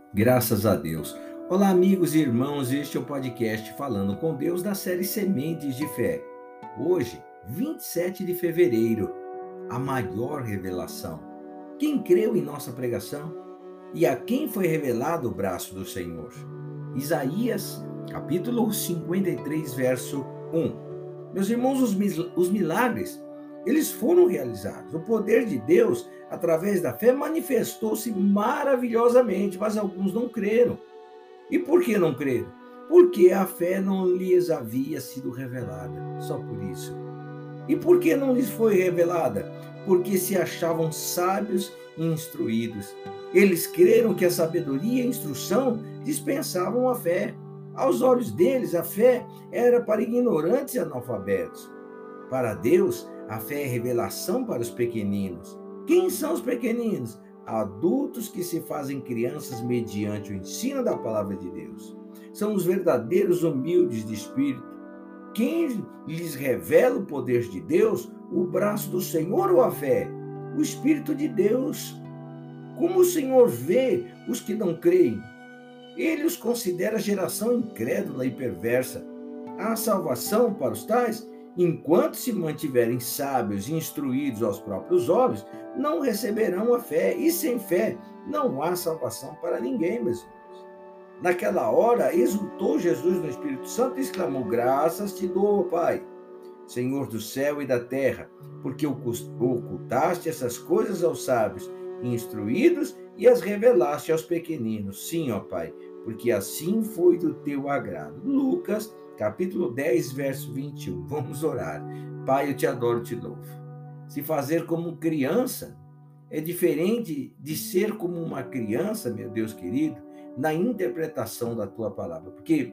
Graças a Deus. Olá, amigos e irmãos, este é o podcast Falando com Deus da série Sementes de Fé. Hoje, 27 de fevereiro, a maior revelação. Quem creu em nossa pregação? E a quem foi revelado o braço do Senhor? Isaías, capítulo 53, verso 1. Meus irmãos, os milagres, eles foram realizados. O poder de Deus, através da fé, manifestou-se maravilhosamente, mas alguns não creram. E por que não creram? Porque a fé não lhes havia sido revelada, só por isso. E por que não lhes foi revelada? Porque se achavam sábios e instruídos. Eles creram que a sabedoria e a instrução dispensavam a fé. Aos olhos deles, a fé era para ignorantes e analfabetos. Para Deus, a fé é revelação para os pequeninos. Quem são os pequeninos? Adultos que se fazem crianças mediante o ensino da palavra de Deus. São os verdadeiros humildes de espírito. Quem lhes revela o poder de Deus? O braço do Senhor ou a fé? O Espírito de Deus. Como o Senhor vê os que não creem? Ele os considera geração incrédula e perversa. Há salvação para os tais? Enquanto se mantiverem sábios e instruídos aos próprios olhos, não receberão a fé. E sem fé não há salvação para ninguém, meus irmãos. Naquela hora, exultou Jesus no Espírito Santo e exclamou: graças te dou, Pai, Senhor do céu e da terra, porque ocultaste essas coisas aos sábios e instruídos e as revelaste aos pequeninos. Sim, ó Pai, porque assim foi do teu agrado. Lucas, capítulo 10, verso 21. Vamos orar. Pai, eu te adoro, te louvo. Se fazer como criança é diferente de ser como uma criança, meu Deus querido, na interpretação da tua palavra. Porque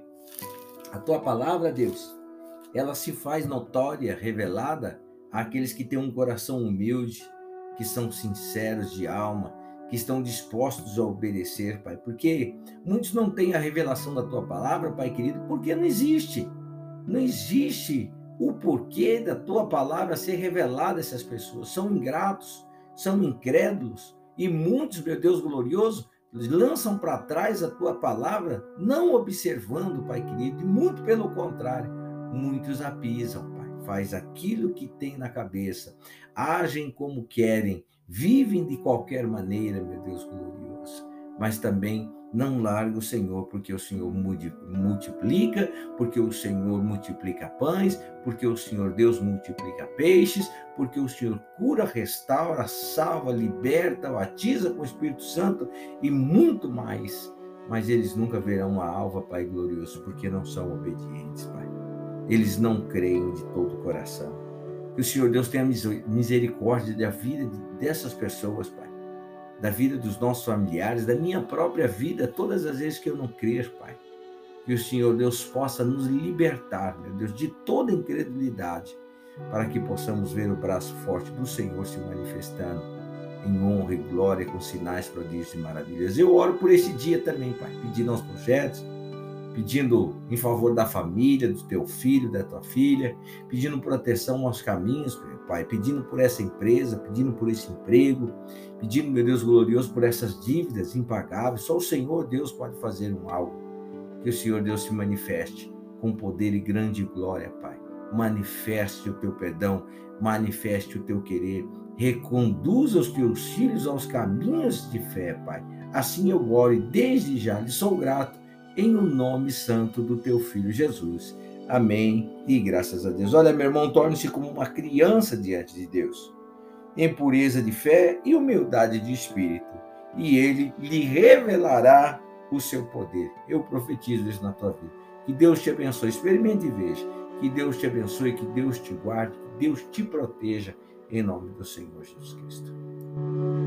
a tua palavra, Deus, ela se faz notória, revelada àqueles que têm um coração humilde, que são sinceros de alma, que estão dispostos a obedecer, Pai. Porque muitos não têm a revelação da tua palavra, Pai querido, porque não existe. Não existe o porquê da tua palavra ser revelada a essas pessoas. São ingratos, são incrédulos, e muitos, meu Deus glorioso, lançam para trás a tua palavra, não observando, Pai querido, e muito pelo contrário, muitos a pisam, Pai. Faz aquilo que tem na cabeça, agem como querem, vivem de qualquer maneira, meu Deus glorioso, mas também não larga o Senhor, porque o Senhor multiplica, porque o Senhor multiplica pães, porque o Senhor Deus multiplica peixes, porque o Senhor cura, restaura, salva, liberta, batiza com o Espírito Santo e muito mais. Mas eles nunca verão a alva, Pai glorioso, porque não são obedientes, Pai. Eles não creem de todo o coração. Que o Senhor Deus tenha misericórdia da vida dessas pessoas, Pai. Da vida dos nossos familiares, da minha própria vida, todas as vezes que eu não crer, Pai. Que o Senhor Deus possa nos libertar, meu Deus, de toda incredulidade, para que possamos ver o braço forte do Senhor se manifestando em honra e glória, com sinais, prodígios e maravilhas. Eu oro por esse dia também, Pai, pedindo aos projetos, pedindo em favor da família, do teu filho, da tua filha, pedindo proteção aos caminhos, Pai, pedindo por essa empresa, pedindo por esse emprego, pedindo, meu Deus glorioso, por essas dívidas impagáveis. Só o Senhor Deus pode fazer um algo. Que o Senhor Deus se manifeste com poder e grande glória, Pai. Manifeste o teu perdão, manifeste o teu querer, reconduza os teus filhos aos caminhos de fé, Pai. Assim eu oro e desde já lhe sou grato, em o nome santo do teu Filho Jesus. Amém e graças a Deus. Olha, meu irmão, torne-se como uma criança diante de Deus, em pureza de fé e humildade de espírito, e Ele lhe revelará o seu poder. Eu profetizo isso na tua vida. Que Deus te abençoe. Experimente e veja. Que Deus te abençoe, que Deus te guarde, que Deus te proteja, em nome do Senhor Jesus Cristo.